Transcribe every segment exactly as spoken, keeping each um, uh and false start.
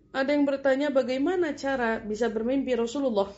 Ada yang bertanya bagaimana cara bisa bermimpi Rasulullah.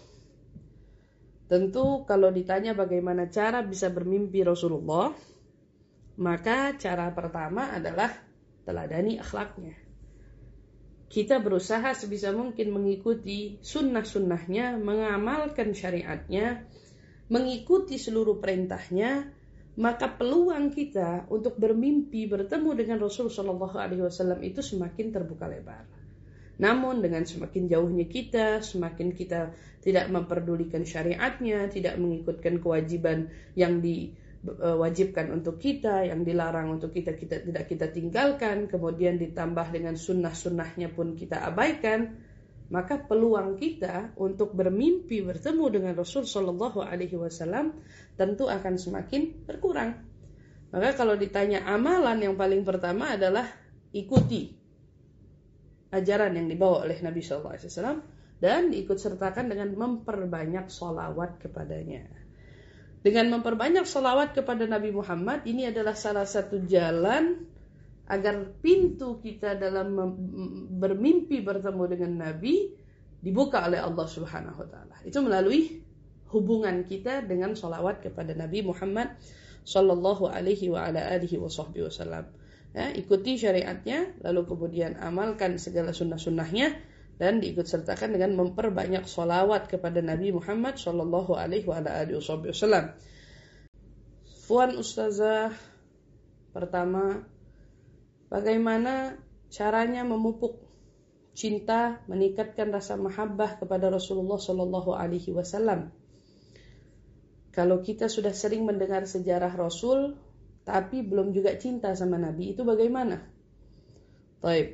Tentu kalau ditanya bagaimana cara bisa bermimpi Rasulullah, maka cara pertama adalah teladani akhlaknya. Kita berusaha sebisa mungkin mengikuti sunnah-sunnahnya, mengamalkan syariatnya, mengikuti seluruh perintahnya, maka peluang kita untuk bermimpi bertemu dengan Rasul Shallallahu Alaihi Wasallam itu semakin terbuka lebar. Namun dengan semakin jauhnya kita, semakin kita tidak memperdulikan syariatnya, tidak mengikutkan kewajiban yang diwajibkan untuk kita, yang dilarang untuk kita, kita tidak kita tinggalkan, kemudian ditambah dengan sunnah-sunnahnya pun kita abaikan, maka peluang kita untuk bermimpi bertemu dengan Rasul Shallallahu Alaihi Wasallam tentu akan semakin berkurang. Maka kalau ditanya amalan, yang paling pertama adalah ikuti ajaran yang dibawa oleh Nabi Shallallahu Alaihi Wasallam dan diikut sertakan dengan memperbanyak sholawat kepadanya. Dengan memperbanyak sholawat kepada Nabi Muhammad, ini adalah salah satu jalan agar pintu kita dalam bermimpi bertemu dengan Nabi dibuka oleh Allah Subhanahu Wa Taala. Itu melalui hubungan kita dengan sholawat kepada Nabi Muhammad Sallallahu Alaihi wa ala alihi Wasallam. Ya, ikuti syariatnya, lalu kemudian amalkan segala sunnah-sunnahnya, dan diikut sertakan dengan memperbanyak sholawat kepada Nabi Muhammad Sallallahu Alaihi Wasallam. Fuan Ustazah, pertama, bagaimana caranya memupuk cinta, meningkatkan rasa mahabbah kepada Rasulullah Sallallahu Alaihi Wasallam? Kalau kita sudah sering mendengar sejarah Rasul, tapi belum juga cinta sama Nabi, itu bagaimana? Baik.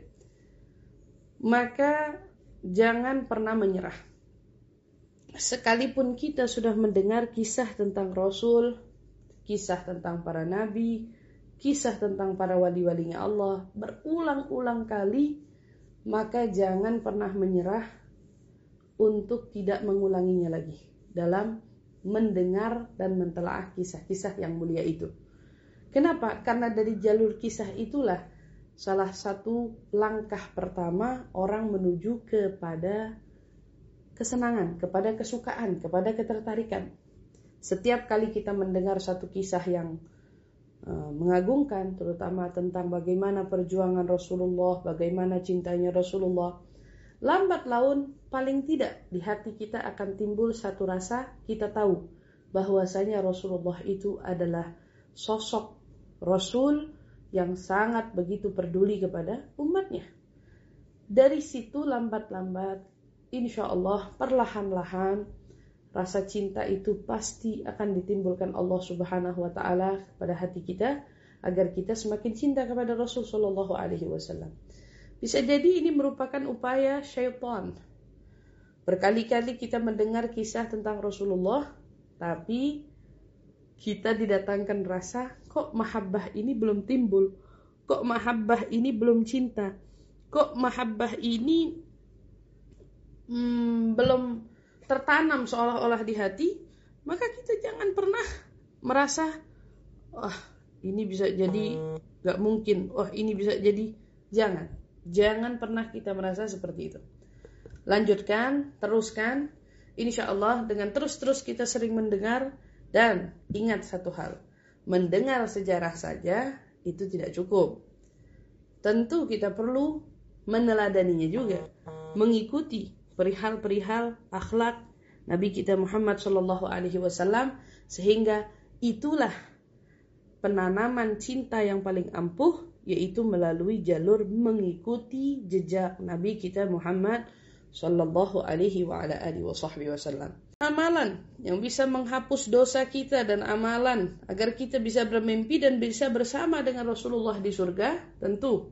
Maka jangan pernah menyerah. Sekalipun kita sudah mendengar kisah tentang Rasul, kisah tentang para nabi, kisah tentang para wali-walinya Allah berulang-ulang kali, maka jangan pernah menyerah untuk tidak mengulanginya lagi dalam mendengar dan mentelaah kisah-kisah yang mulia itu. Kenapa? Karena dari jalur kisah itulah salah satu langkah pertama orang menuju kepada kesenangan, kepada kesukaan, kepada ketertarikan. Setiap kali kita mendengar satu kisah yang uh, mengagumkan, terutama tentang bagaimana perjuangan Rasulullah, bagaimana cintanya Rasulullah, lambat laun paling tidak di hati kita akan timbul satu rasa, kita tahu bahwasanya Rasulullah itu adalah sosok Rasul yang sangat begitu peduli kepada umatnya. Dari situ lambat-lambat, insya Allah perlahan-lahan rasa cinta itu pasti akan ditimbulkan Allah Subhanahu Wa Taala kepada hati kita, agar kita semakin cinta kepada Rasul Sallallahu Alaihi Wasallam. Bisa jadi ini merupakan upaya syaitan. Berkali-kali kita mendengar kisah tentang Rasulullah, tapi kita didatangkan rasa, kok mahabbah ini belum timbul, kok mahabbah ini belum cinta, kok mahabbah ini hmm, belum tertanam seolah-olah di hati. Maka kita jangan pernah merasa, wah ini bisa jadi gak mungkin, wah ini bisa jadi. Jangan, jangan pernah kita merasa seperti itu. Lanjutkan, teruskan. Insya Allah dengan terus-terus kita sering mendengar. Dan ingat satu hal, mendengar sejarah saja itu tidak cukup. Tentu kita perlu meneladaninya juga, mengikuti perihal-perihal akhlak Nabi kita Muhammad Shallallahu Alaihi Wasallam, sehingga itulah penanaman cinta yang paling ampuh, yaitu melalui jalur mengikuti jejak Nabi kita Muhammad Shallallahu Alaihi Wasallam. Amalan yang bisa menghapus dosa kita dan amalan agar kita bisa bermimpi dan bisa bersama dengan Rasulullah di surga, tentu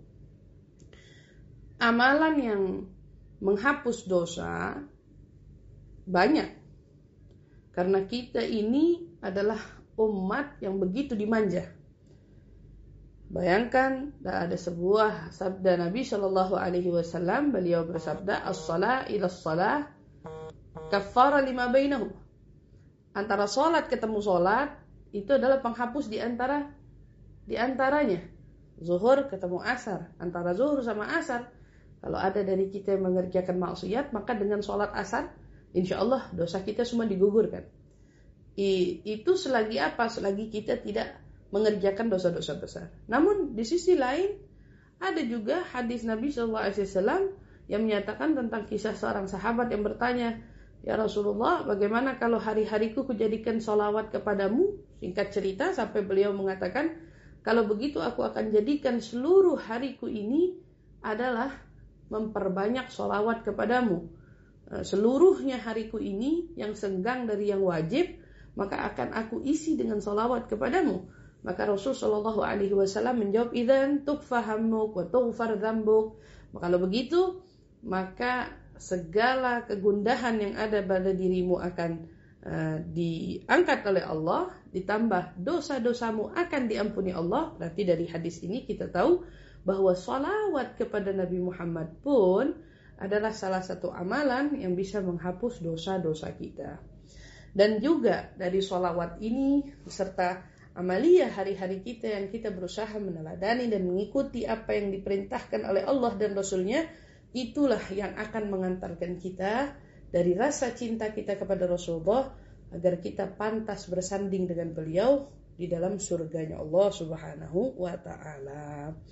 amalan yang menghapus dosa banyak. Karena kita ini adalah umat yang begitu dimanja. Bayangkan, ada sebuah sabda Nabi Shallallahu Alaihi Wasallam, beliau bersabda, as-salah ila as-salah kafara lima bainahum. Antara sholat ketemu sholat itu adalah penghapus di antara di antaranya. Zuhur ketemu asar, antara zuhur sama asar Kalau ada dari kita yang mengerjakan maksiat, maka dengan sholat asar, insya Allah dosa kita semua digugurkan. I, itu selagi apa? Selagi kita tidak mengerjakan dosa-dosa besar. Namun di sisi lain, ada juga hadis Nabi shallallahu alaihi wasallam yang menyatakan tentang kisah seorang sahabat yang bertanya, "Ya Rasulullah, bagaimana kalau hari-hariku kujadikan sholawat kepadamu?" Singkat cerita, sampai beliau mengatakan, "Kalau begitu aku akan jadikan seluruh hariku ini adalah memperbanyak sholawat kepadamu. Seluruhnya hariku ini yang senggang dari yang wajib, maka akan aku isi dengan sholawat kepadamu." Maka Rasul shallallahu alaihi wasallam menjawab, "Idzan tukfa hammuk wa tughfar dzambuk." Kalau begitu, maka segala kegundahan yang ada pada dirimu akan uh, diangkat oleh Allah, ditambah dosa-dosamu akan diampuni Allah. Berarti dari hadis ini kita tahu bahwa sholawat kepada Nabi Muhammad pun adalah salah satu amalan yang bisa menghapus dosa-dosa kita. Dan juga dari sholawat ini beserta amalia hari-hari kita yang kita berusaha meneladani dan mengikuti apa yang diperintahkan oleh Allah dan Rasulnya, itulah yang akan mengantarkan kita dari rasa cinta kita kepada Rasulullah agar kita pantas bersanding dengan beliau di dalam surganya Allah Subhanahu wa ta'ala.